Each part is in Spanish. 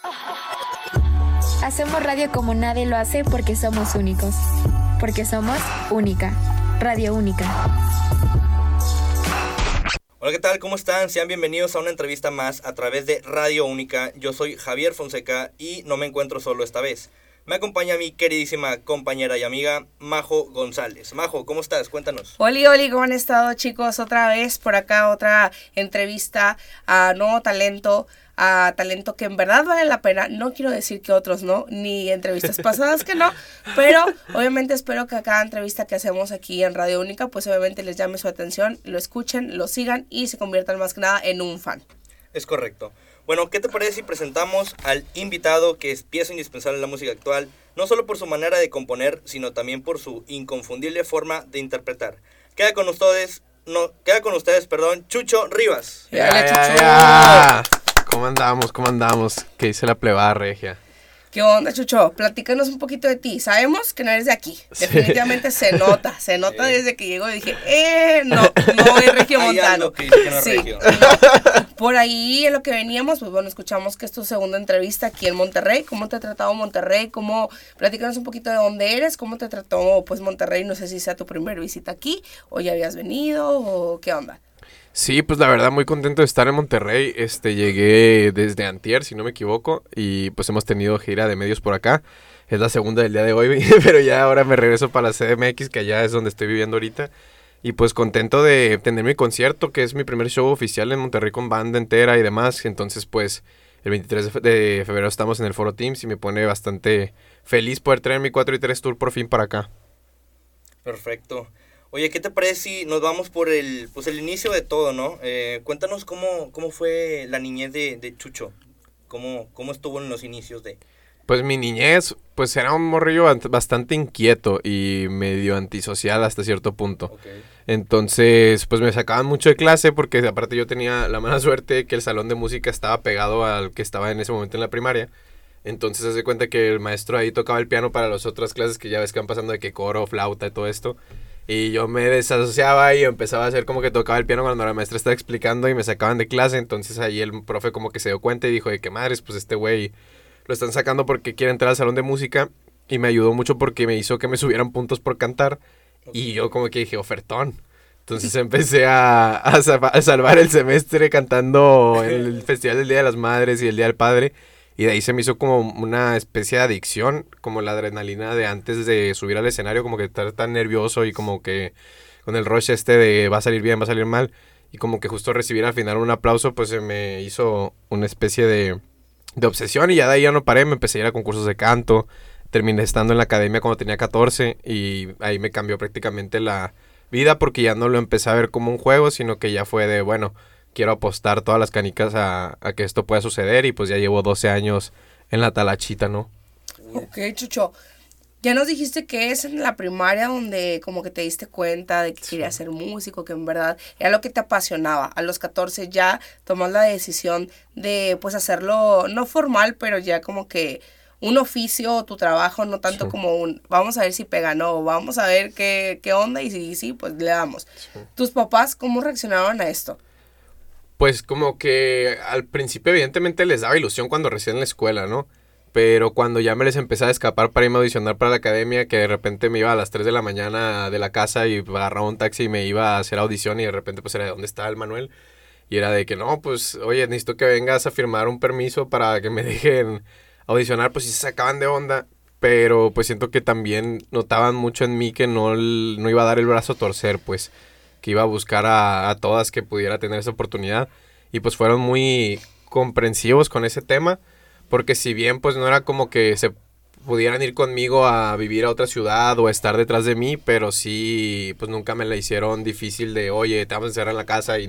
Hacemos radio como nadie lo hace porque somos únicos. Porque somos Única. Radio Única. Hola, ¿qué tal? ¿Cómo están? Sean bienvenidos a una entrevista más a través de Radio Única. Yo soy Javier Fonseca y no me encuentro solo esta vez. Me acompaña mi queridísima compañera y amiga Majo González. Majo, ¿cómo estás? Cuéntanos. Oli, ¿cómo han estado, chicos? Otra vez por acá, otra entrevista a nuevo talento, a talento que en verdad vale la pena. No quiero decir que otros no, ni entrevistas pasadas que no, pero obviamente espero que a cada entrevista que hacemos aquí en Radio Única, pues obviamente les llame su atención, lo escuchen, lo sigan y se conviertan más que nada en un fan. Es correcto. Bueno, ¿qué te parece si presentamos al invitado que es pieza indispensable en la música actual, no solo por su manera de componer, sino también por su inconfundible forma de interpretar? Queda con ustedes, Chucho Rivas. Ya. ¿Cómo andamos? ¿Qué dice la plebada regia? ¿Qué onda, Chucho? Platícanos un poquito de ti. Sabemos que no eres de aquí. Sí. Definitivamente se nota desde que llegó y dije, no es regiomontano. Que dice que no es regio. Por ahí en lo que veníamos, pues bueno, escuchamos que es tu segunda entrevista aquí en Monterrey. ¿Cómo te ha tratado Monterrey? Platícanos un poquito de dónde eres, cómo te trató pues Monterrey. No sé si sea tu primera visita aquí o ya habías venido o qué onda. Sí, pues la verdad muy contento de estar en Monterrey. Llegué desde antier, si no me equivoco, y pues hemos tenido gira de medios por acá. Es la segunda del día de hoy, pero ya ahora me regreso para la CDMX, que allá es donde estoy viviendo ahorita. Y pues contento de tener mi concierto, que es mi primer show oficial en Monterrey con banda entera y demás. Entonces pues el 23 de febrero estamos en el Foro Teams y me pone bastante feliz poder traer mi 4 y 3 tour por fin para acá. Perfecto. Oye, ¿qué te parece si nos vamos por el inicio de todo, ¿no? Cuéntanos cómo fue la niñez de Chucho. ¿Cómo estuvo en los inicios de...? Pues mi niñez, pues era un morrillo bastante inquieto y medio antisocial hasta cierto punto. Okay. Entonces, pues me sacaban mucho de clase porque aparte yo tenía la mala suerte que el salón de música estaba pegado al que estaba en ese momento en la primaria. Entonces, se hace cuenta que el maestro ahí tocaba el piano para las otras clases que ya ves que van pasando de que coro, flauta y todo esto. Y yo me desasociaba y empezaba a hacer como que tocaba el piano cuando la maestra estaba explicando y me sacaban de clase. Entonces ahí el profe como que se dio cuenta y dijo de que madres, pues este güey lo están sacando porque quiere entrar al salón de música. Y me ayudó mucho porque me hizo que me subieran puntos por cantar. Y yo como que dije, ofertón. Entonces empecé a salvar el semestre cantando en el Festival del Día de las Madres y el Día del Padre. Y de ahí se me hizo como una especie de adicción, como la adrenalina de antes de subir al escenario, como que estar tan nervioso y como que con el rush de va a salir bien, va a salir mal. Y como que justo recibir al final un aplauso, pues se me hizo una especie de obsesión y ya de ahí ya no paré, me empecé a ir a concursos de canto. Terminé estando en la academia cuando tenía 14 y ahí me cambió prácticamente la vida porque ya no lo empecé a ver como un juego, sino que ya fue de, bueno, quiero apostar todas las canicas a que esto pueda suceder y pues ya llevo 12 años en la talachita, ¿no? Ok, Chucho, ya nos dijiste que es en la primaria donde como que te diste cuenta de que querías ser músico, que en verdad era lo que te apasionaba. A los 14 ya tomas la decisión de pues hacerlo, no formal, pero ya como que un oficio o tu trabajo, no tanto como un vamos a ver si pega, no, vamos a ver qué onda y si sí, pues le damos. Sí. ¿Tus papás cómo reaccionaron a esto? Pues como que al principio evidentemente les daba ilusión cuando recién en la escuela, ¿no? Pero cuando ya me les empezaba a escapar para irme a audicionar para la academia, que de repente me iba a las 3 de la mañana de la casa y agarraba un taxi y me iba a hacer audición y de repente pues era de ¿dónde está el Manuel? Y era de que no, pues oye, necesito que vengas a firmar un permiso para que me dejen audicionar, pues sí se sacaban de onda. Pero pues siento que también notaban mucho en mí que no iba a dar el brazo a torcer, pues que iba a buscar a todas que pudiera tener esa oportunidad y pues fueron muy comprensivos con ese tema porque si bien pues no era como que se pudieran ir conmigo a vivir a otra ciudad o estar detrás de mí, pero sí pues nunca me la hicieron difícil de oye, te vamos a encerrar en la casa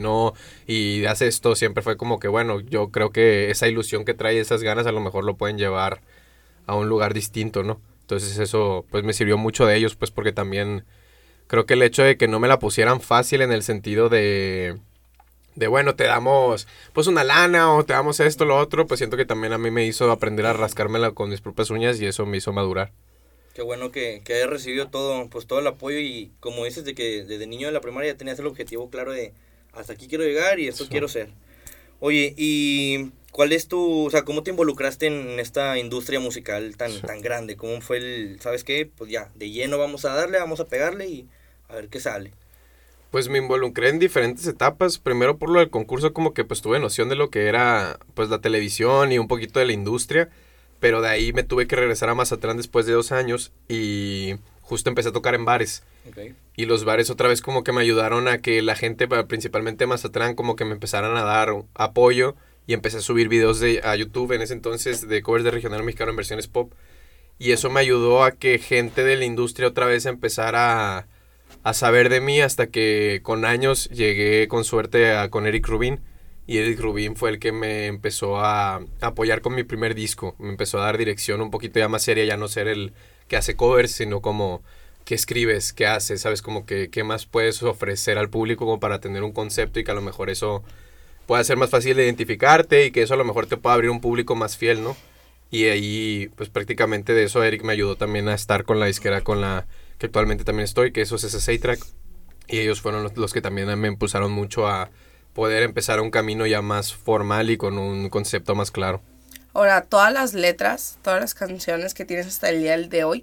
y haz esto. Siempre fue como que bueno, yo creo que esa ilusión que trae, esas ganas a lo mejor lo pueden llevar a un lugar distinto, ¿no? Entonces eso pues me sirvió mucho de ellos pues porque también creo que el hecho de que no me la pusieran fácil en el sentido de bueno, te damos pues una lana o te damos esto, lo otro, pues siento que también a mí me hizo aprender a rascármela con mis propias uñas y eso me hizo madurar. Qué bueno que hayas recibido todo el apoyo y como dices de que desde niño de la primaria ya tenías el objetivo claro de hasta aquí quiero llegar y esto quiero ser. Oye, ¿y ¿cuál es o sea, cómo te involucraste en esta industria musical tan grande? ¿Cómo fue ¿sabes qué? Pues ya, de lleno vamos a darle, vamos a pegarle y a ver qué sale. Pues me involucré en diferentes etapas. Primero por lo del concurso, como que pues tuve noción de lo que era pues la televisión y un poquito de la industria. Pero de ahí me tuve que regresar a Mazatlán después de 2 años y justo empecé a tocar en bares. Okay. Y los bares otra vez como que me ayudaron a que la gente, principalmente Mazatlán, como que me empezaran a dar apoyo. Y empecé a subir videos a YouTube en ese entonces de covers de regional mexicano en versiones pop. Y eso me ayudó a que gente de la industria otra vez empezara a saber de mí, hasta que con años llegué con suerte con Eric Rubin. Y Eric Rubin fue el que me empezó a apoyar con mi primer disco. Me empezó a dar dirección un poquito ya más seria, ya no ser el que hace covers, sino como qué escribes, qué haces, ¿sabes? Como que qué más puedes ofrecer al público como para tener un concepto y que a lo mejor eso pueda ser más fácil de identificarte y que eso a lo mejor te pueda abrir un público más fiel, ¿no? Y ahí, pues prácticamente de eso Eric me ayudó también a estar con la disquera con la que actualmente también estoy, que eso es SSA-Track. Y ellos fueron los que también me impulsaron mucho a poder empezar un camino ya más formal y con un concepto más claro. Ahora, todas las letras, todas las canciones que tienes hasta el día de hoy,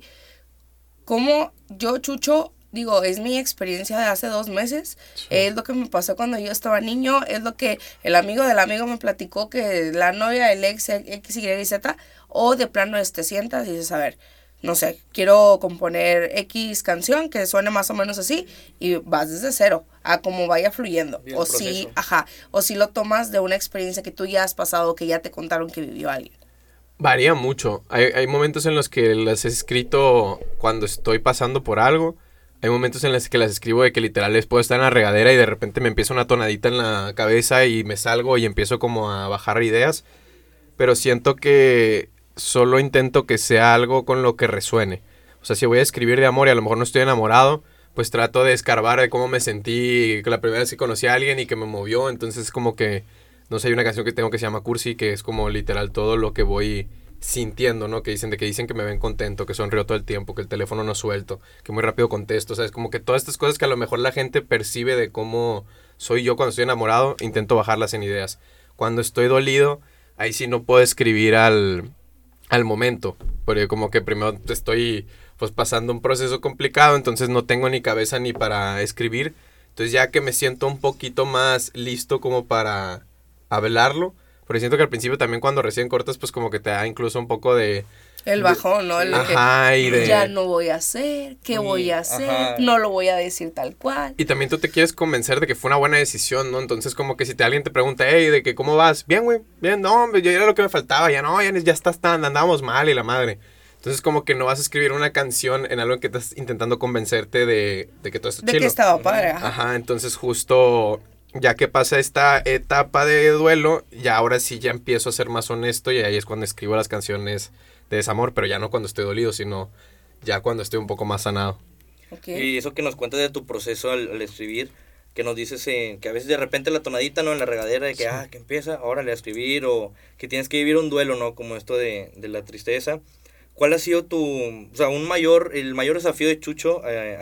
¿cómo yo, Chucho, digo, es mi experiencia de hace 2 meses? Sí. Es lo que me pasó cuando yo estaba niño, es lo que el amigo del amigo me platicó, que la novia del ex, X, Y, Z, o de plano te sientas y dices, a ver, no sé, quiero componer X canción que suene más o menos así, y vas desde cero a como vaya fluyendo. O si, o si lo tomas de una experiencia que tú ya has pasado, que ya te contaron que vivió alguien. Varía mucho. Hay momentos en los que las he escrito cuando estoy pasando por algo. Hay momentos en los que las escribo de que literal les puedo estar en la regadera y de repente me empieza una tonadita en la cabeza y me salgo y empiezo como a bajar ideas. Pero siento que solo intento que sea algo con lo que resuene. O sea, si voy a escribir de amor y a lo mejor no estoy enamorado, pues trato de escarbar de cómo me sentí la primera vez que conocí a alguien y que me movió. Entonces como que, no sé, hay una canción que tengo que se llama Cursi, que es como literal todo lo que voy sintiendo, ¿no? Que dicen que me ven contento, que sonrío todo el tiempo, que el teléfono no suelto, que muy rápido contesto, ¿sabes? Como que todas estas cosas que a lo mejor la gente percibe de cómo soy yo cuando estoy enamorado, intento bajarlas en ideas. Cuando estoy dolido, ahí sí no puedo escribir al momento, porque como que primero estoy pues pasando un proceso complicado, entonces no tengo ni cabeza ni para escribir. Entonces ya que me siento un poquito más listo como para hablarlo, porque siento que al principio también cuando recién cortas pues como que te da incluso un poco de... El bajón, ¿no? Y de... Ya no voy a hacer, ¿qué voy a hacer? No lo voy a decir tal cual. Y también tú te quieres convencer de que fue una buena decisión, ¿no? Entonces como que si alguien te pregunta, hey, de que ¿cómo vas? Bien, güey, bien, no, ya era lo que me faltaba, ya no, ya estás andábamos mal y la madre. Entonces como que no vas a escribir una canción en algo en que estás intentando convencerte de que todo está chilo. De que estaba padre. Ajá, entonces justo ya que pasa esta etapa de duelo, ya ahora sí ya empiezo a ser más honesto y ahí es cuando escribo las canciones de desamor, pero ya no cuando estoy dolido, sino ya cuando estoy un poco más sanado. Okay. Y eso que nos cuentas de tu proceso al escribir, que nos dices que a veces de repente la tonadita, ¿no? En la regadera, de que, sí, que empieza, órale a escribir, o que tienes que vivir un duelo, ¿no? Como esto de la tristeza. ¿Cuál ha sido el mayor desafío de Chucho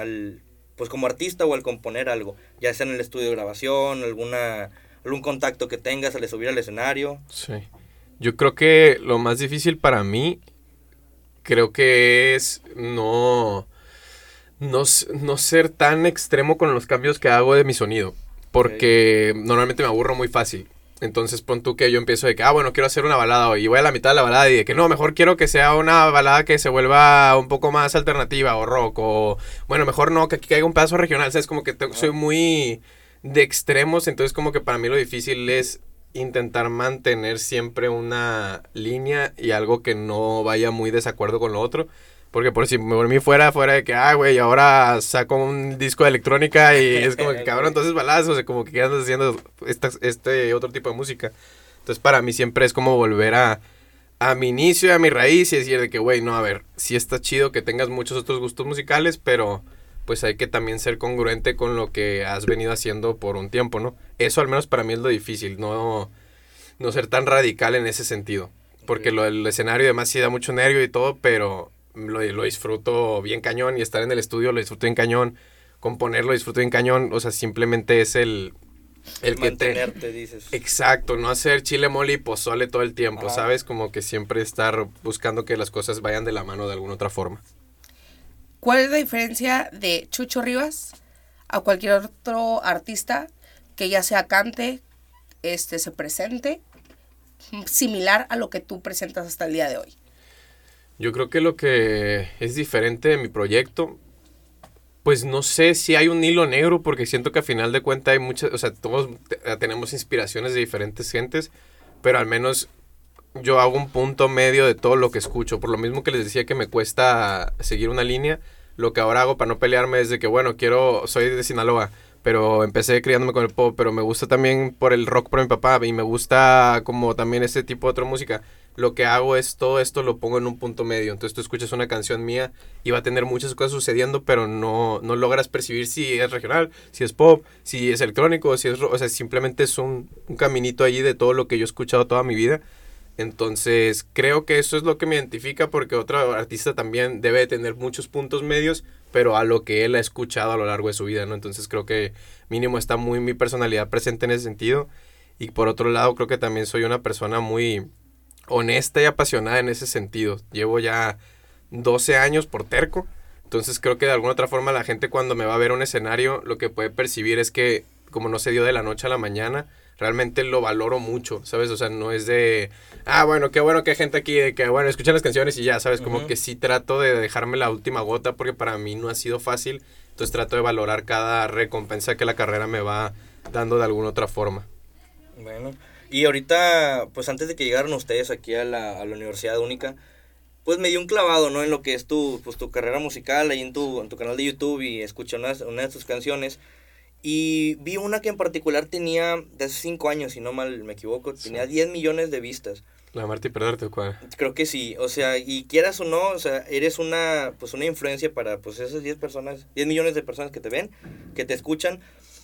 pues como artista o al componer algo? Ya sea en el estudio de grabación, algún contacto que tengas al subir al escenario. Sí. Yo creo que lo más difícil para mí, creo que es no ser tan extremo con los cambios que hago de mi sonido. Porque normalmente me aburro muy fácil. Entonces pon tú que yo empiezo de que, bueno, quiero hacer una balada hoy. Y voy a la mitad de la balada y de que no, mejor quiero que sea una balada que se vuelva un poco más alternativa o rock. O bueno, mejor no, que aquí caiga un pedazo regional. ¿Sabes? Como que soy muy de extremos. Entonces como que para mí lo difícil es intentar mantener siempre una línea y algo que no vaya muy desacuerdo con lo otro. Porque por si por mí fuera de que, güey, ahora saco un disco de electrónica y es como que, cabrón, entonces baladas, o sea, como que ¿qué andas haciendo este otro tipo de música? Entonces para mí siempre es como volver a mi inicio, a mi raíz y decir de que, güey, no, a ver, sí está chido que tengas muchos otros gustos musicales, pero pues hay que también ser congruente con lo que has venido haciendo por un tiempo, ¿no? Eso al menos para mí es lo difícil, no ser tan radical en ese sentido. Porque lo del escenario y demás sí da mucho nervio y todo, pero lo disfruto bien cañón y estar en el estudio lo disfruto bien cañón, componerlo disfruto bien cañón, o sea, simplemente es el el que mantenerte, dices. Exacto, no hacer chile, mole y pozole todo el tiempo, Ajá. ¿sabes? Como que siempre estar buscando que las cosas vayan de la mano de alguna otra forma. ¿Cuál es la diferencia de Chucho Rivas a cualquier otro artista que ya sea cante, se presente, similar a lo que tú presentas hasta el día de hoy? Yo creo que lo que es diferente de mi proyecto, pues no sé si hay un hilo negro, porque siento que a final de cuentas hay muchas, o sea, todos tenemos inspiraciones de diferentes gentes, pero al menos yo hago un punto medio de todo lo que escucho. Por lo mismo que les decía que me cuesta seguir una línea, lo que ahora hago para no pelearme es de que, bueno, soy de Sinaloa, pero empecé criándome con el pop, pero me gusta también por el rock por mi papá, y me gusta como también este tipo de otra música. Lo que hago es todo esto lo pongo en un punto medio. Entonces tú escuchas una canción mía y va a tener muchas cosas sucediendo, pero no logras percibir si es regional, si es pop, si es electrónico, si es rock. O sea, simplemente es un caminito allí de todo lo que yo he escuchado toda mi vida. Entonces creo que eso es lo que me identifica, porque otro artista también debe de tener muchos puntos medios, pero a lo que él ha escuchado a lo largo de su vida, ¿no? Entonces creo que mínimo está muy mi personalidad presente en ese sentido. Y por otro lado creo que también soy una persona muy honesta y apasionada en ese sentido. Llevo ya 12 años por terco, entonces creo que de alguna otra forma la gente cuando me va a ver un escenario lo que puede percibir es que como no se dio de la noche a la mañana, realmente lo valoro mucho, ¿sabes? O sea, no es de, bueno que hay gente aquí, de que bueno, escuchan las canciones y ya, ¿sabes? Como que sí trato de dejarme la última gota, porque para mí no ha sido fácil, entonces trato de valorar cada recompensa que la carrera me va dando de alguna otra forma. Bueno, y ahorita, pues antes de que llegaran ustedes aquí a la Universidad Única, pues me dio un clavado, ¿no? En lo que es tu carrera musical, ahí en tu canal de YouTube, y escuché una de tus canciones, y vi una que en particular tenía, de hace 5 años, si no mal me equivoco, tenía 10 millones de vistas. La amarte y perderte, ¿cuál? Creo que sí, o sea, y quieras o no, o sea, eres una influencia para, pues, esas 10 millones de personas que te ven, que te escuchan.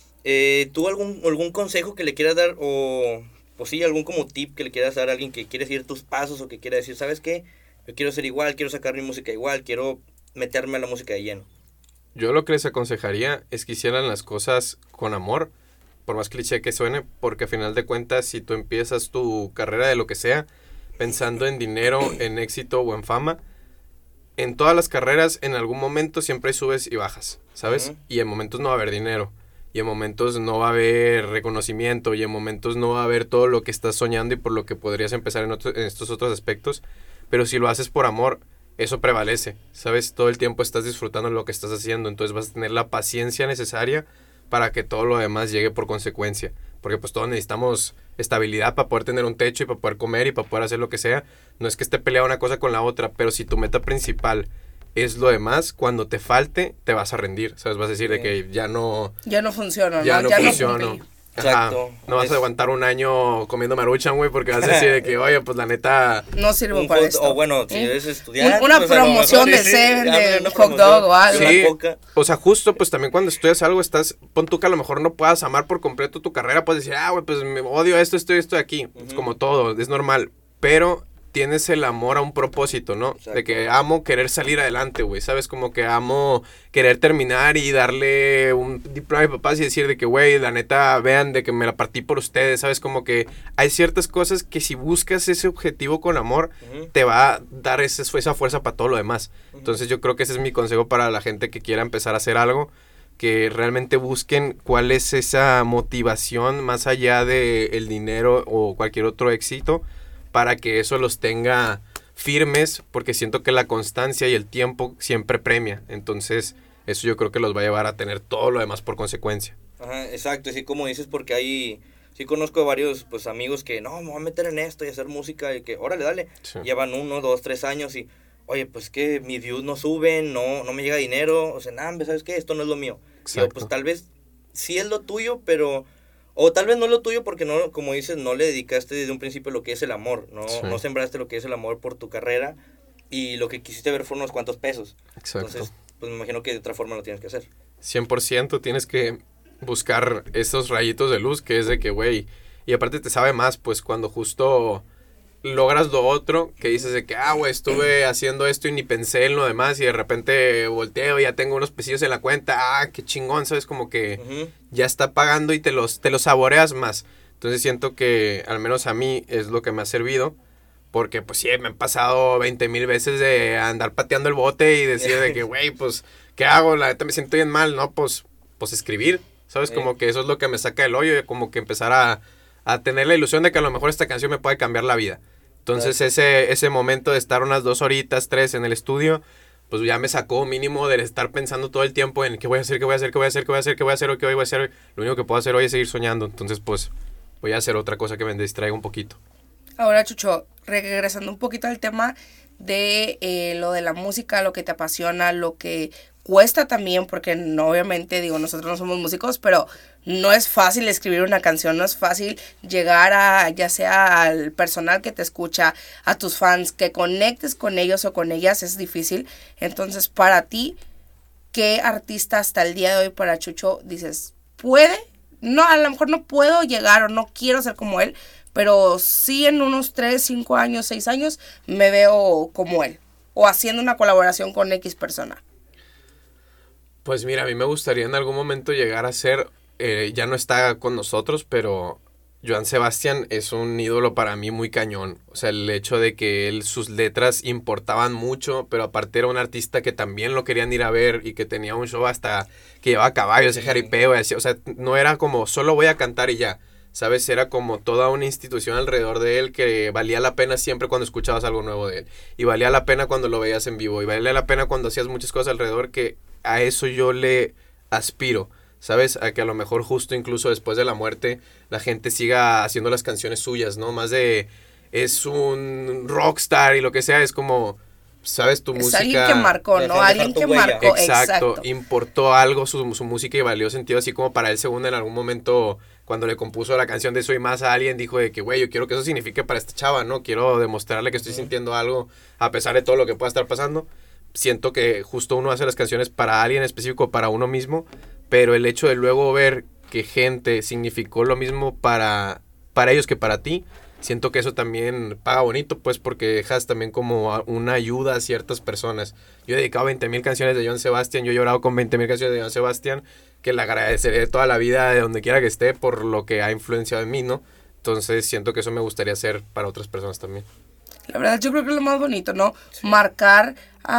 ¿Tú algún consejo que le quieras dar, o pues sí, algún como tip que le quieras dar a alguien que quiere seguir tus pasos, o que quiera decir, ¿sabes qué? Yo quiero ser igual, quiero sacar mi música igual, quiero meterme a la música de lleno. Yo lo que les aconsejaría es que hicieran las cosas con amor, por más cliché que suene, porque a final de cuentas, si tú empiezas tu carrera de lo que sea, pensando en dinero, en éxito o en fama, en todas las carreras, en algún momento siempre hay subes y bajas, ¿sabes? Uh-huh. Y en momentos no va a haber dinero, y en momentos no va a haber reconocimiento, y en momentos no va a haber todo lo que estás soñando y por lo que podrías empezar en estos otros aspectos, pero si lo haces por amor, eso prevalece, ¿sabes? Todo el tiempo estás disfrutando de lo que estás haciendo, entonces vas a tener la paciencia necesaria para que todo lo demás llegue por consecuencia, porque pues todos necesitamos estabilidad para poder tener un techo y para poder comer y para poder hacer lo que sea. No es que esté peleada una cosa con la otra, pero si tu meta principal es lo demás, cuando te falte te vas a rendir, ¿sabes? Vas a decir de que ya no funciona, ya no funciono. cumplí. Exacto. No vas a aguantar un año comiendo Maruchan, güey, porque vas a decir de que, oye, pues la neta... No sirvo para esto. O bueno, si eres estudiante... Una pues, promoción de Seven, de hot dog o algo. Sí, o sea, justo, pues también cuando estudias algo, pon tú que a lo mejor no puedas amar por completo tu carrera, puedes decir, güey, pues me odio esto de aquí. Uh-huh. Es como todo, es normal, pero tienes el amor a un propósito, ¿no? Exacto. De que amo querer salir adelante, güey, ¿sabes? Como que amo querer terminar y darle un diploma a mis papás y decir de que, güey, la neta, vean de que me la partí por ustedes, ¿sabes? Como que hay ciertas cosas que si buscas ese objetivo con amor, uh-huh, te va a dar esa fuerza para todo lo demás. Uh-huh. Entonces yo creo que ese es mi consejo para la gente que quiera empezar a hacer algo, que realmente busquen cuál es esa motivación más allá del dinero o cualquier otro éxito, para que eso los tenga firmes, porque siento que la constancia y el tiempo siempre premia. Entonces, eso yo creo que los va a llevar a tener todo lo demás por consecuencia. Ajá, exacto, así como dices, porque sí conozco varios pues amigos que, no, me voy a meter en esto y hacer música, y que, órale, dale, sí. Llevan 1, 2, 3 años y, oye, pues que mis views no suben, no me llega dinero, o sea, nada, ¿sabes qué? Esto no es lo mío. Digo, pues tal vez sí es lo tuyo, pero... O tal vez no es lo tuyo porque no, como dices, no le dedicaste desde un principio lo que es el amor, no sembraste lo que es el amor por tu carrera, y lo que quisiste ver fueron unos cuantos pesos. Exacto. Entonces, pues me imagino que de otra forma lo tienes que hacer. 100% tienes que buscar esos rayitos de luz que es de que, güey, y aparte te sabe más, pues cuando justo logras lo otro, que dices de que, güey, estuve haciendo esto y ni pensé en lo demás y de repente volteo y ya tengo unos pesillos en la cuenta, qué chingón, ¿sabes? Como que ya está pagando y te los saboreas más. Entonces siento que, al menos a mí, es lo que me ha servido, porque pues sí, me han pasado 20,000 veces de andar pateando el bote y decir de que, güey, pues, ¿qué hago? La neta me siento bien mal, ¿no? Pues escribir, ¿sabes? Como que eso es lo que me saca del hoyo y como que empezar a tener la ilusión de que a lo mejor esta canción me puede cambiar la vida. Entonces ese momento de estar unas 2 horitas, 3 en el estudio, pues ya me sacó mínimo de estar pensando todo el tiempo en qué voy a hacer, qué voy a hacer, qué voy a hacer, qué voy a hacer, qué voy a hacer, o qué voy a hacer. Lo único que puedo hacer hoy es seguir soñando. Entonces pues voy a hacer otra cosa que me distraiga un poquito. Ahora, Chucho, regresando un poquito al tema de lo de la música, lo que te apasiona, lo que cuesta también, porque no, obviamente, digo, nosotros no somos músicos, pero no es fácil escribir una canción, no es fácil llegar a, ya sea al personal que te escucha, a tus fans, que conectes con ellos o con ellas, es difícil. Entonces, para ti, ¿qué artista hasta el día de hoy para Chucho dices, puede? No, a lo mejor no puedo llegar o no quiero ser como él, pero sí en unos 3, 5 años, 6 años me veo como él, o haciendo una colaboración con X persona. Pues mira, a mí me gustaría en algún momento llegar a ser, ya no está con nosotros, pero Joan Sebastián es un ídolo para mí muy cañón. O sea, el hecho de que sus letras importaban mucho, pero aparte era un artista que también lo querían ir a ver y que tenía un show hasta que llevaba caballos, ese jaripeo, o sea, no era como solo voy a cantar y ya. ¿Sabes? Era como toda una institución alrededor de él que valía la pena siempre cuando escuchabas algo nuevo de él. Y valía la pena cuando lo veías en vivo. Y valía la pena cuando hacías muchas cosas alrededor, que a eso yo le aspiro. ¿Sabes? A que a lo mejor justo incluso después de la muerte la gente siga haciendo las canciones suyas, ¿no? Más de es un rockstar y lo que sea, es como... ¿Sabes? Tu música... Es alguien que marcó, ¿no? Alguien que marcó, exacto. Importó algo su música y valió sentido, así como para él, según en algún momento, cuando le compuso la canción de Soy Más a alguien, dijo de que, güey, yo quiero que eso signifique para esta chava, ¿no? Quiero demostrarle que estoy sintiendo algo a pesar de todo lo que pueda estar pasando. Siento que justo uno hace las canciones para alguien específico, para uno mismo, pero el hecho de luego ver que gente significó lo mismo para ellos que para ti, siento que eso también paga bonito, pues, porque dejas también como una ayuda a ciertas personas. Yo he dedicado 20,000 canciones de Joan Sebastián, yo he llorado con 20,000 canciones de Joan Sebastián, que le agradeceré toda la vida de donde quiera que esté por lo que ha influenciado en mí, ¿no? Entonces siento que eso me gustaría hacer para otras personas también. La verdad, yo creo que es lo más bonito, ¿no? Sí. Marcar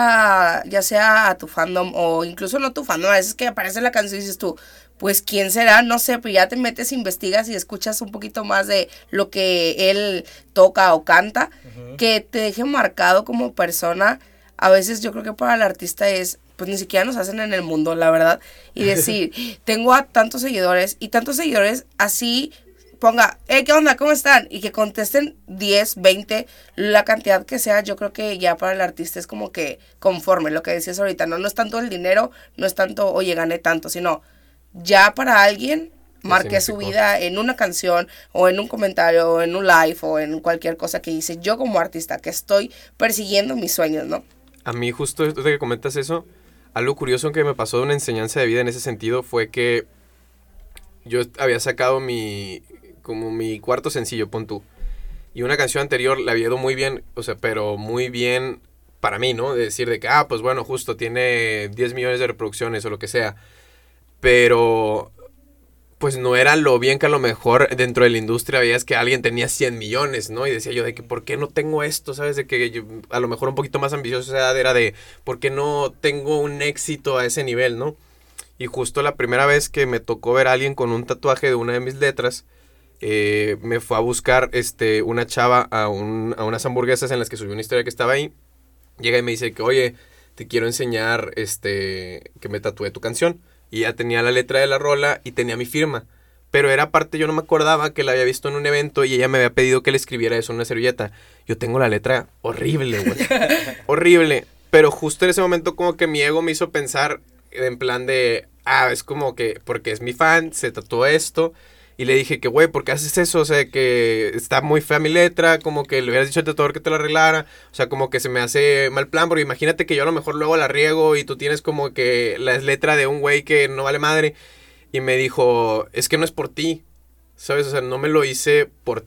ya sea a tu fandom o incluso no tu fandom. A veces que aparece la canción y dices tú, pues ¿quién será? No sé, pero ya te metes, investigas y escuchas un poquito más de lo que él toca o canta, que te deje marcado como persona. A veces yo creo que para el artista es, pues ni siquiera nos hacen en el mundo, la verdad. Y decir, tengo a tantos seguidores y tantos seguidores así... ponga, ¿qué onda? ¿Cómo están? Y que contesten 10, 20, la cantidad que sea. Yo creo que ya para el artista es como que conforme, lo que decías ahorita, no es tanto el dinero, no es tanto, oye, gané tanto, sino ya para alguien marqué su vida en una canción o en un comentario o en un live o en cualquier cosa que hice yo como artista, que estoy persiguiendo mis sueños, ¿no? A mí justo desde que comentas eso, algo curioso que me pasó de una enseñanza de vida en ese sentido fue que yo había sacado mi cuarto sencillo, pon tú. Y una canción anterior la había ido muy bien, o sea, pero muy bien para mí, ¿no? De decir de que, pues bueno, justo tiene 10 millones de reproducciones o lo que sea. Pero, pues no era lo bien que a lo mejor dentro de la industria veías que alguien tenía 100 millones, ¿no? Y decía yo de que, ¿por qué no tengo esto? ¿Sabes? De que yo, a lo mejor un poquito más ambicioso era de, ¿por qué no tengo un éxito a ese nivel, no? Y justo la primera vez que me tocó ver a alguien con un tatuaje de una de mis letras, me fue a buscar una chava a unas hamburguesas en las que subí una historia que estaba ahí. Llega y me dice que, oye, te quiero enseñar que me tatué tu canción. Y ya tenía la letra de la rola y tenía mi firma. Pero era parte, yo no me acordaba que la había visto en un evento y ella me había pedido que le escribiera eso en una servilleta. Yo tengo la letra horrible, güey. Horrible. Pero justo en ese momento como que mi ego me hizo pensar en plan de, es como que porque es mi fan, se tatuó esto. Y le dije que, güey, ¿por qué haces eso? O sea, que está muy fea mi letra, como que le hubieras dicho al tatuador que te lo arreglara. O sea, como que se me hace mal plan, porque imagínate que yo a lo mejor luego la riego y tú tienes como que la letra de un güey que no vale madre. Y me dijo, es que no es por ti, ¿sabes? O sea, no me lo hice por ti.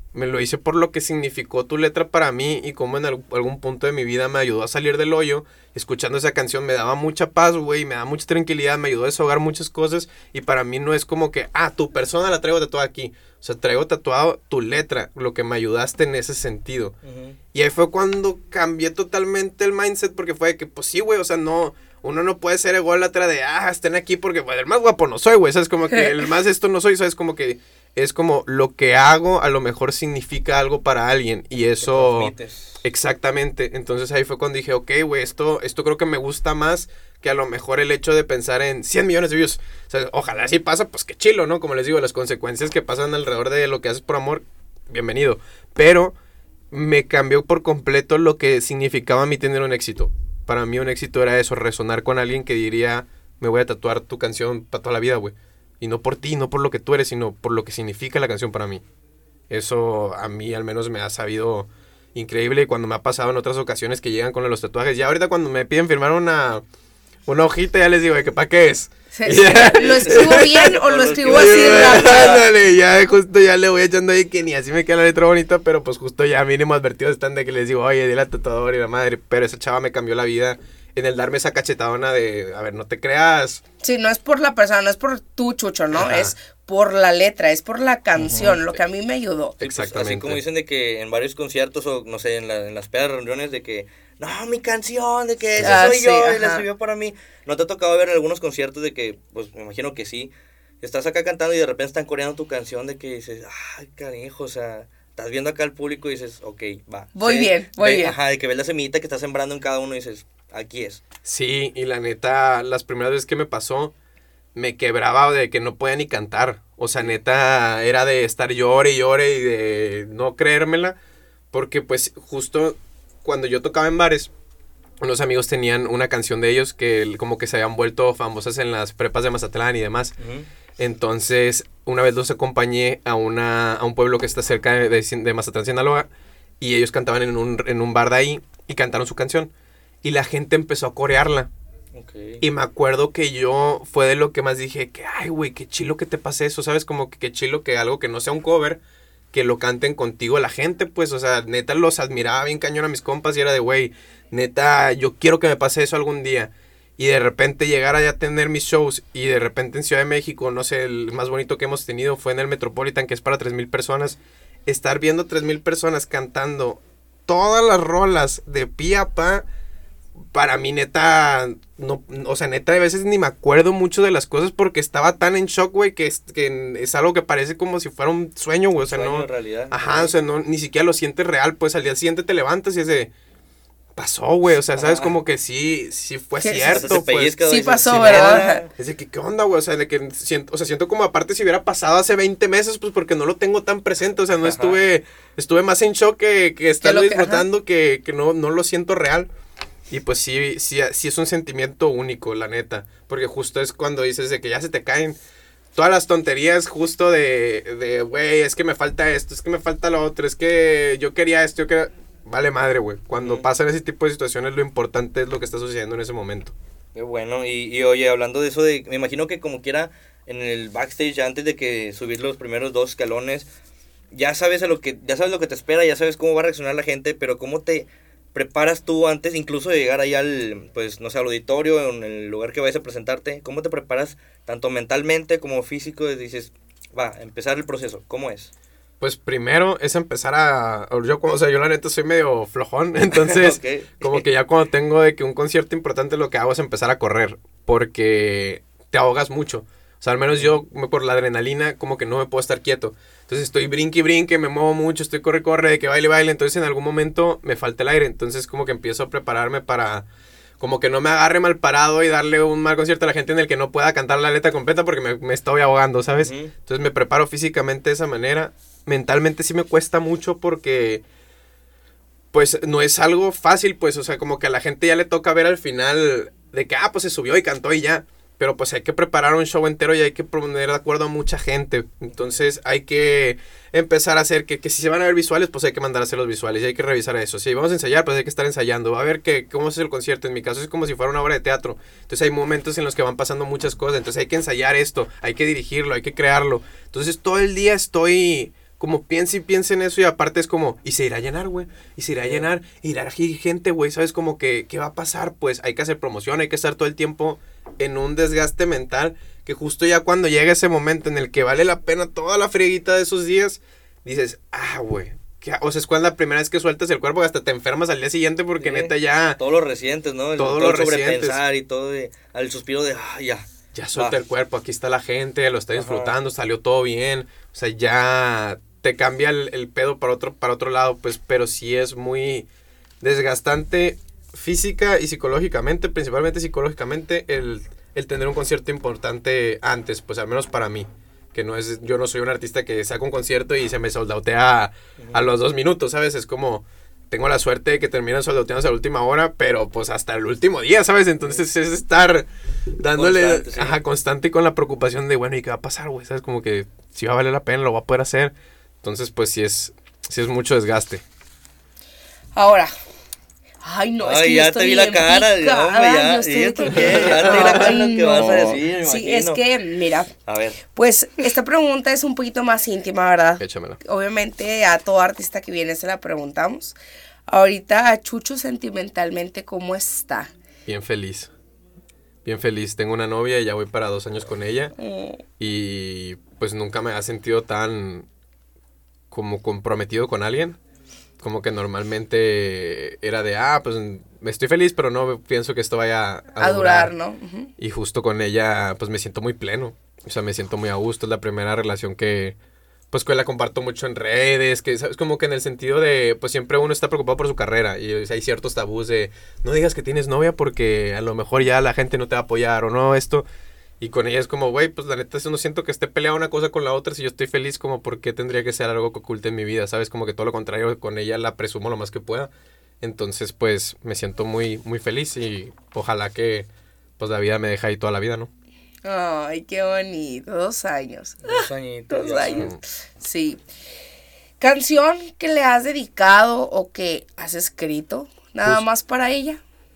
Me lo hice por lo que significó tu letra para mí y cómo en algún punto de mi vida me ayudó a salir del hoyo. Escuchando esa canción me daba mucha paz, güey, me daba mucha tranquilidad, me ayudó a desahogar muchas cosas. Y para mí no es como que, tu persona la traigo tatuada aquí. O sea, traigo tatuado tu letra, lo que me ayudaste en ese sentido. Uh-huh. Y ahí fue cuando cambié totalmente el mindset, porque fue de que, pues sí, güey, o sea, no... Uno no puede ser ególatra de, estén aquí porque, pues, el más guapo no soy, güey, ¿sabes? Como que el más esto no soy, ¿sabes? Como que es como lo que hago a lo mejor significa algo para alguien y eso... Exactamente, entonces ahí fue cuando dije, ok, güey, esto creo que me gusta más que a lo mejor el hecho de pensar en 100 millones de views. O sea, ojalá así pasa, pues qué chilo, ¿no? Como les digo, las consecuencias que pasan alrededor de lo que haces por amor, bienvenido. Pero me cambió por completo lo que significaba a mí tener un éxito. Para mí un éxito era eso, resonar con alguien que diría, me voy a tatuar tu canción para toda la vida, güey. Y no por ti, no por lo que tú eres, sino por lo que significa la canción para mí. Eso a mí al menos me ha sabido increíble. Y cuando me ha pasado en otras ocasiones que llegan con los tatuajes, ya ahorita cuando me piden firmar una hojita, ya les digo, ¿que para qué es? Sí. ¿Lo escribo bien o lo escribo así rápido? Ya justo ya le voy echando ahí que ni así me queda la letra bonita, pero pues justo ya mínimo advertidos están de que les digo, oye, dile al tatuador y la madre, pero esa chava me cambió la vida en el darme esa cachetadona de, a ver, no te creas. Sí, no es por la persona, no es por tu Chucho, ¿no? Ajá. Es por la letra, es por la canción, lo que a mí me ayudó. Exactamente. Así como dicen de que en varios conciertos o no sé, en las pedas reuniones de que, no, mi canción, de que esa soy yo y la escribió para mí. ¿No te ha tocado ver en algunos conciertos de que, pues me imagino que sí, estás acá cantando y de repente están coreando tu canción de que dices, ay, canijo, o sea, estás viendo acá al público y dices, ok, va. Voy bien. Ajá, de que ves la semillita que estás sembrando en cada uno y dices, aquí es. Sí, y la neta, las primeras veces que me pasó, me quebraba de que no podía ni cantar. O sea, neta, era de estar llore y de no creérmela. Porque pues justo cuando yo tocaba en bares, unos amigos tenían una canción de ellos que como que se habían vuelto famosas en las prepas de Mazatlán y demás. Uh-huh. Entonces, una vez los acompañé a un pueblo que está cerca de Mazatlán, Sinaloa. Y ellos cantaban en un bar de ahí y cantaron su canción. Y la gente empezó a corearla. Okay. Y me acuerdo que yo fue de lo que más dije, que ay, güey, qué chilo que te pase eso, ¿sabes? Como que qué chilo que algo que no sea un cover, que lo canten contigo la gente, pues, o sea, neta los admiraba bien cañón a mis compas y era de, güey, neta, yo quiero que me pase eso algún día. Y de repente llegar allá a tener mis shows y de repente en Ciudad de México, no sé, el más bonito que hemos tenido fue en el Metropolitan, que es para 3,000 personas. Estar viendo 3,000 personas cantando todas las rolas de pi a pa, para mí neta, no, o sea, neta a veces ni me acuerdo mucho de las cosas porque estaba tan en shock, güey, que es algo que parece como si fuera un sueño, güey, o sea, no. Realidad. Ajá, o sea, no, ni siquiera lo sientes real, pues al día siguiente te levantas y es de, pasó, güey, o sea, sabes, como que sí fue cierto, pues. Sí pasó, ¿verdad? Es de que, ¿qué onda, güey? O sea, de que siento como aparte si hubiera pasado hace 20 meses, pues porque no lo tengo tan presente, o sea, no estuve más en shock que estarlo disfrutando que no lo siento real. Y pues sí es un sentimiento único, la neta. Porque justo es cuando dices de que ya se te caen todas las tonterías justo de güey, es que me falta esto, es que me falta lo otro, es que yo quería esto, Vale madre, güey. Cuando pasan ese tipo de situaciones, lo importante es lo que está sucediendo en ese momento. Qué bueno. Y oye, hablando de eso, me imagino que como quiera, en el backstage, antes de que subir los primeros 2 escalones, ya sabes lo que te espera, ya sabes cómo va a reaccionar la gente, pero cómo te preparas tú antes incluso de llegar ahí al, pues, no sé, al auditorio, en el lugar que vayas a presentarte. ¿Cómo te preparas tanto mentalmente como físico? Dices, va, empezar el proceso. ¿Cómo es? Pues primero es empezar yo la neta soy medio flojón, entonces okay. Como que ya cuando tengo de que un concierto importante lo que hago es empezar a correr, porque te ahogas mucho. O sea, al menos yo por la adrenalina como que no me puedo estar quieto. Entonces estoy brinque, me muevo mucho, estoy corre, de que baile. Entonces en algún momento me falta el aire. Entonces como que empiezo a prepararme para como que no me agarre mal parado y darle un mal concierto a la gente en el que no pueda cantar la letra completa porque me estoy ahogando, ¿sabes? Uh-huh. Entonces me preparo físicamente de esa manera. Mentalmente sí me cuesta mucho porque pues no es algo fácil, pues, o sea, como que a la gente ya le toca ver al final de que, pues se subió y cantó y ya. Pero pues hay que preparar un show entero y hay que poner de acuerdo a mucha gente. Entonces hay que empezar a hacer que si se van a ver visuales, pues hay que mandar a hacer los visuales y hay que revisar eso. Si vamos a ensayar, pues hay que estar ensayando. Va a ver cómo es el concierto. En mi caso es como si fuera una obra de teatro. Entonces hay momentos en los que van pasando muchas cosas. Entonces hay que ensayar esto, hay que dirigirlo, hay que crearlo. Entonces todo el día estoy como piensa y piensa en eso y aparte es como, y se irá a llenar, güey, y se irá a llenar, irá a gente, güey, ¿sabes? Como que, ¿qué va a pasar? Pues hay que hacer promoción, hay que estar todo el tiempo en un desgaste mental que justo ya cuando llega ese momento en el que vale la pena toda la frieguita de esos días, dices, güey, o sea, es cuando la primera vez que sueltas el cuerpo hasta te enfermas al día siguiente porque neta ya... Todos los recientes, ¿no? Todo lo sobrepensar y todo al suspiro de, ya. Ya suelta el cuerpo, aquí está la gente, lo está disfrutando, salió todo bien, o sea, ya te cambia el pedo para otro lado, pues, pero sí es muy desgastante física y psicológicamente, principalmente psicológicamente, el tener un concierto importante antes, pues al menos para mí, que yo no soy un artista que saca un concierto y se me soldautea a los 2 minutos, ¿sabes? Es como, tengo la suerte de que terminan soldauteando a la última hora, pero pues hasta el último día, ¿sabes? Entonces es estar dándole constante y con la preocupación de, bueno, ¿y qué va a pasar, güey? ¿Sabes? Como que si va a valer la pena, lo va a poder hacer. Entonces, pues sí es mucho desgaste. Ahora, no, es que ya te vi la cara, hombre, ya te vi la cara lo que vas a decir, sí, imagino. es que, mira, a ver. Pues esta pregunta es un poquito más íntima, ¿verdad? Échamela. Obviamente a todo artista que viene se la preguntamos. Ahorita a Chucho sentimentalmente, ¿cómo está? Bien feliz. Tengo una novia y ya voy para 2 años con ella. Y pues nunca me ha sentido tan como comprometido con alguien. Como que normalmente era de, pues estoy feliz, pero no pienso que esto vaya a durar, ¿no? Uh-huh. Y justo con ella, pues me siento muy pleno. O sea, me siento muy a gusto. Es la primera relación que la comparto mucho en redes. Que es como que en el sentido de, pues siempre uno está preocupado por su carrera. Y o sea, hay ciertos tabús de, no digas que tienes novia porque a lo mejor ya la gente no te va a apoyar o no, esto. Y con ella es como, güey, pues la neta no siento que esté peleada una cosa con la otra. Si yo estoy feliz, como, ¿por qué tendría que ser algo que oculte en mi vida? ¿Sabes? Como que todo lo contrario, con ella la presumo lo más que pueda. Entonces, pues, me siento muy, muy feliz y ojalá que, pues, la vida me deje ahí toda la vida, ¿no? Ay, qué bonito. 2 años. 2 añitos. 2 años. Sí. ¿Canción que le has dedicado o que has escrito nada más para ella?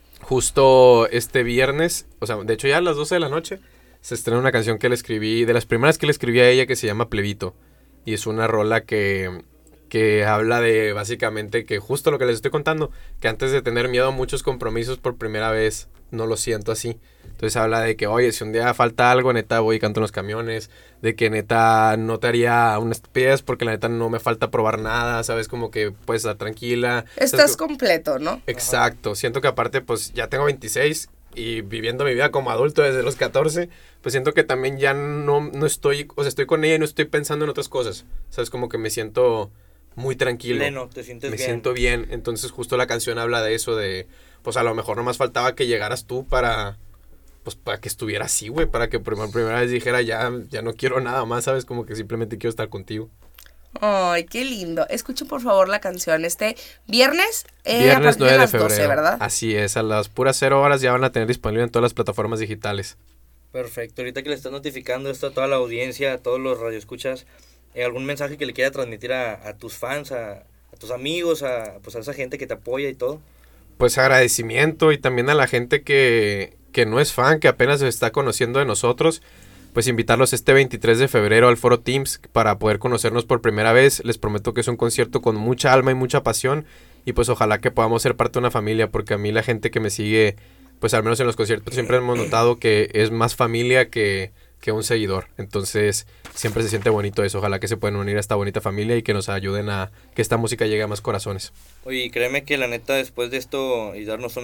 Justo este viernes, o sea, de hecho ya a las 12 de la noche, se estrena una canción que le escribí, de las primeras que le escribí a ella, que se llama Plebito. Y es una rola que habla de, básicamente, que justo lo que les estoy contando, que antes de tener miedo a muchos compromisos por primera vez, no lo siento así. Entonces habla de que, oye, si un día falta algo, neta, voy y canto en los camiones. De que, neta, no te haría una estupidez porque la neta no me falta probar nada, ¿sabes? Como que puedes estar tranquila. Estás completo, ¿no? Exacto. Ajá. Siento que aparte, pues, ya tengo 26 y viviendo mi vida como adulto desde los 14, pues siento que también ya no estoy, o sea, estoy con ella y no estoy pensando en otras cosas. ¿Sabes? Como que me siento muy tranquilo. Pleno, te sientes bien. Me siento bien. Entonces justo la canción habla de eso, de, pues a lo mejor nomás faltaba que llegaras tú para que estuviera así, güey, para que por primera vez dijera, ya no quiero nada más, ¿sabes? Como que simplemente quiero estar contigo. Ay, qué lindo. Escuchen por favor la canción viernes. Viernes 9 de febrero. 12, ¿verdad? Así es, a las puras 0 horas ya van a tener disponible en todas las plataformas digitales. Perfecto. Ahorita que le estás notificando esto a toda la audiencia, a todos los radioescuchas, ¿algún mensaje que le quiera transmitir a tus fans, a tus amigos, a esa gente que te apoya y todo? Pues agradecimiento y también a la gente que no es fan, que apenas se está conociendo de nosotros, pues invitarlos este 23 de febrero al Foro Teams para poder conocernos por primera vez. Les prometo que es un concierto con mucha alma y mucha pasión y pues ojalá que podamos ser parte de una familia, porque a mí la gente que me sigue, pues al menos en los conciertos siempre hemos notado que es más familia que un seguidor. Entonces siempre se siente bonito eso. Ojalá que se puedan unir a esta bonita familia y que nos ayuden a que esta música llegue a más corazones. Oye, créeme que la neta, después de esto y darnos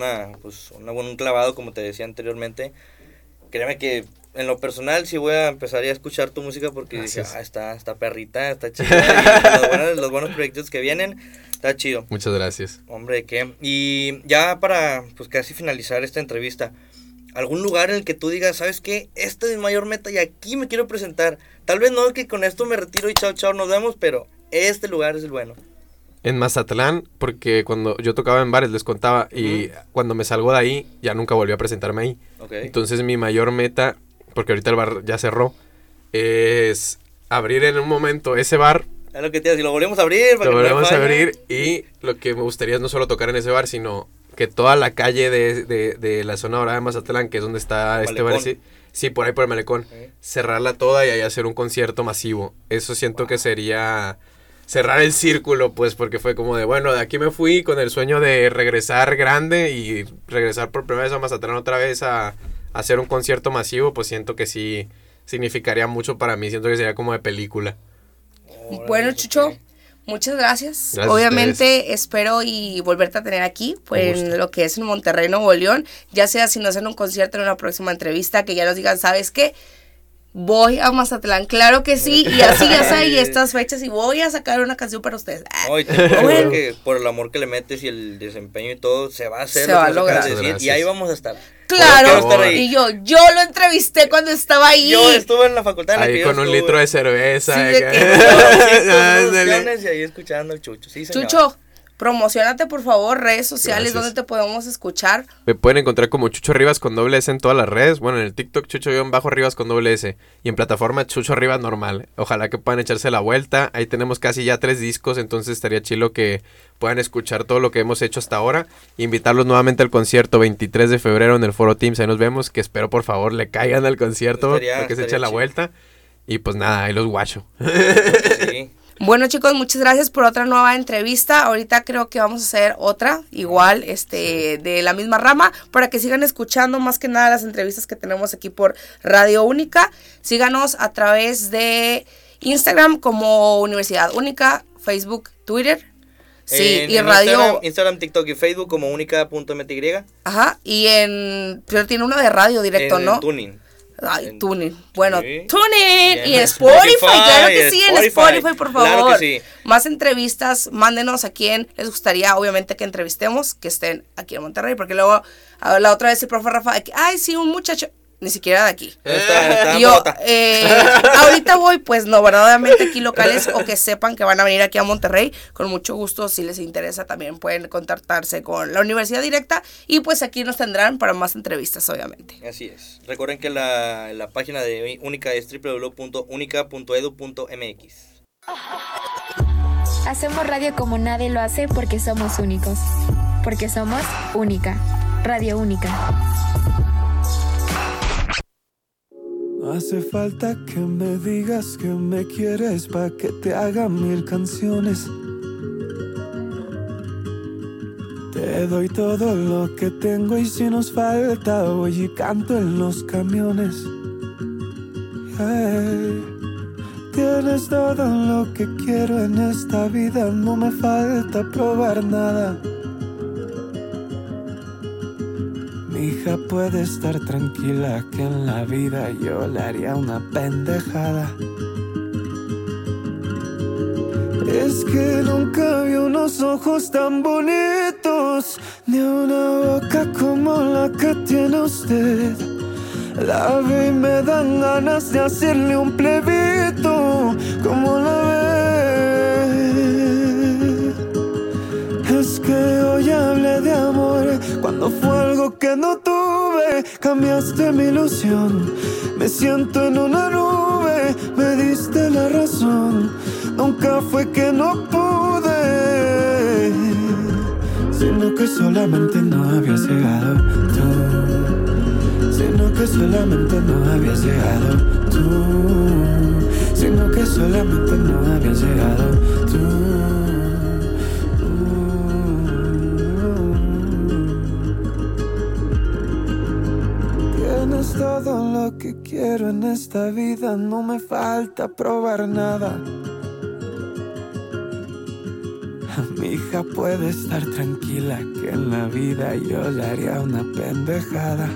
un clavado, como te decía anteriormente, créeme que en lo personal sí voy a empezar a escuchar tu música porque dije, está perrita, está chida. Y los buenos proyectos que vienen, está chido. Muchas gracias. Hombre, ¿qué? Y ya para pues casi finalizar esta entrevista, ¿algún lugar en el que tú digas, ¿sabes qué? Esta es mi mayor meta y aquí me quiero presentar? Tal vez no que con esto me retiro y chao, nos vemos, pero este lugar es el bueno. En Mazatlán, porque cuando yo tocaba en bares, les contaba, y cuando me salgo de ahí, ya nunca volví a presentarme ahí. Okay. Entonces mi mayor meta, porque ahorita el bar ya cerró, es abrir en un momento ese bar. Es lo que te digo, si lo volvemos a abrir. Lo volvemos a abrir y lo que me gustaría es no solo tocar en ese bar, sino que toda la calle de la zona dorada de Mazatlán, que es donde está este bar, sí, por ahí por el malecón, cerrarla toda y ahí hacer un concierto masivo. Eso siento que sería cerrar el círculo, pues, porque fue como de, bueno, de aquí me fui con el sueño de regresar grande y regresar por primera vez a Mazatlán otra vez a hacer un concierto masivo, pues siento que sí significaría mucho para mí, siento que sería como de película. Bueno, Chucho, muchas gracias. Obviamente espero y volverte a tener aquí, pues en lo que es en Monterrey, Nuevo León, ya sea si nos hacen un concierto en una próxima entrevista, que ya nos digan, ¿sabes qué? Voy a Mazatlán, claro que sí, y así ya sé, y estas fechas, y voy a sacar una canción para ustedes. No, y te juro que por el amor que le metes y el desempeño y todo, se va a hacer, se va a lograr. Y ahí vamos a estar. Claro, y yo lo entrevisté cuando estaba ahí. Yo estuve en la facultad en la ahí que con yo un estuve. litro de cerveza. Sí, Y ahí escuchando el Chucho. Sí, señor. Chucho, promocionate por favor, redes sociales, donde te podemos escuchar. Me pueden encontrar como Chucho Rivas con doble S en todas las redes. Bueno, en el TikTok Chucho-Rivas con doble S. Y en plataforma Chucho Rivas normal. Ojalá que puedan echarse la vuelta. Ahí tenemos casi ya 3 discos, entonces estaría chilo que puedan escuchar todo lo que hemos hecho hasta ahora. Invitarlos nuevamente al concierto 23 de febrero en el Foro Teams. Ahí nos vemos. Que espero por favor le caigan al concierto para que se echen la vuelta. Y pues nada, ahí los guacho. Sí. Bueno, chicos, muchas gracias por otra nueva entrevista. Ahorita creo que vamos a hacer otra, igual, de la misma rama, para que sigan escuchando más que nada las entrevistas que tenemos aquí por Radio Única. Síganos a través de Instagram como Universidad Única, Facebook, Twitter. Sí, y radio. Instagram, TikTok y Facebook como única.mty. Ajá, pero tiene uno de radio directo, ¿no? Tuning. Ay, Tuning. Bueno, sí. Tuning y en Spotify, claro que sí, en Spotify, por favor. Claro que sí. Más entrevistas, mándenos a quién les gustaría, obviamente, que entrevistemos, que estén aquí en Monterrey, porque luego, la otra vez el profe Rafa, ay, sí, un muchacho, ni siquiera de aquí. Yo, ahorita voy, pues no, verdaderamente aquí locales o que sepan que van a venir aquí a Monterrey, con mucho gusto, si les interesa también pueden contactarse con la universidad directa y pues aquí nos tendrán para más entrevistas, obviamente. Así es. Recuerden que la página de Única es www.unica.edu.mx. Hacemos radio como nadie lo hace porque somos únicos. Porque somos Única. Radio Única. No hace falta que me digas que me quieres pa' que te haga 1000 canciones. Te doy todo lo que tengo y si nos falta voy y canto en los camiones. Tienes todo lo que quiero en esta vida, no me falta probar nada. Mi hija puede estar tranquila que en la vida yo le haría una pendejada. Es que nunca vi unos ojos tan bonitos, ni una boca como la que tiene usted. La veo y me dan ganas de hacerle un plebito, como la ve. Es que hoy hablé de amor, cuando fue algo que no tuve. Cambiaste mi ilusión, me siento en una nube. Me diste la razón, nunca fue que no pude, sino que solamente no habías llegado tú. Sino que solamente no habías llegado tú. Sino que solamente no habías llegado tú. Tienes todo lo que quiero en esta vida, no me falta probar nada. Mi hija puede estar tranquila que en la vida yo le haría una pendejada.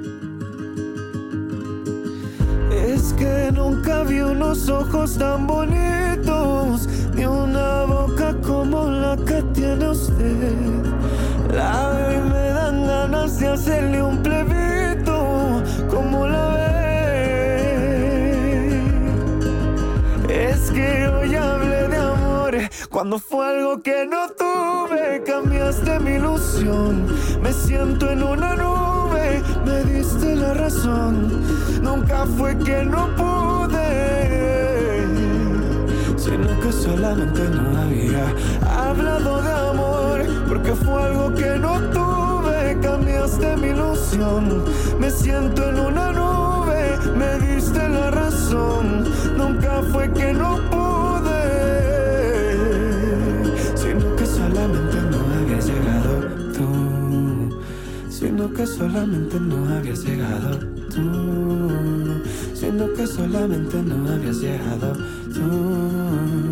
Es que nunca vi unos ojos tan bonitos, ni una boca como la que tiene usted. La veo y me dan ganas de hacerle un plebito, como la ve. Es que hoy hablé de amor, cuando fue algo que no tuve. Cambiaste mi ilusión, me siento en una nube. Me diste la razón, nunca fue que no pude, sino que solamente no había hablado de amor, porque fue algo que no tuve. Cambiaste mi ilusión, me siento en una nube. Me diste la razón, nunca fue que no pude, sino que solamente no habías llegado tú, sino que solamente no habías llegado tú.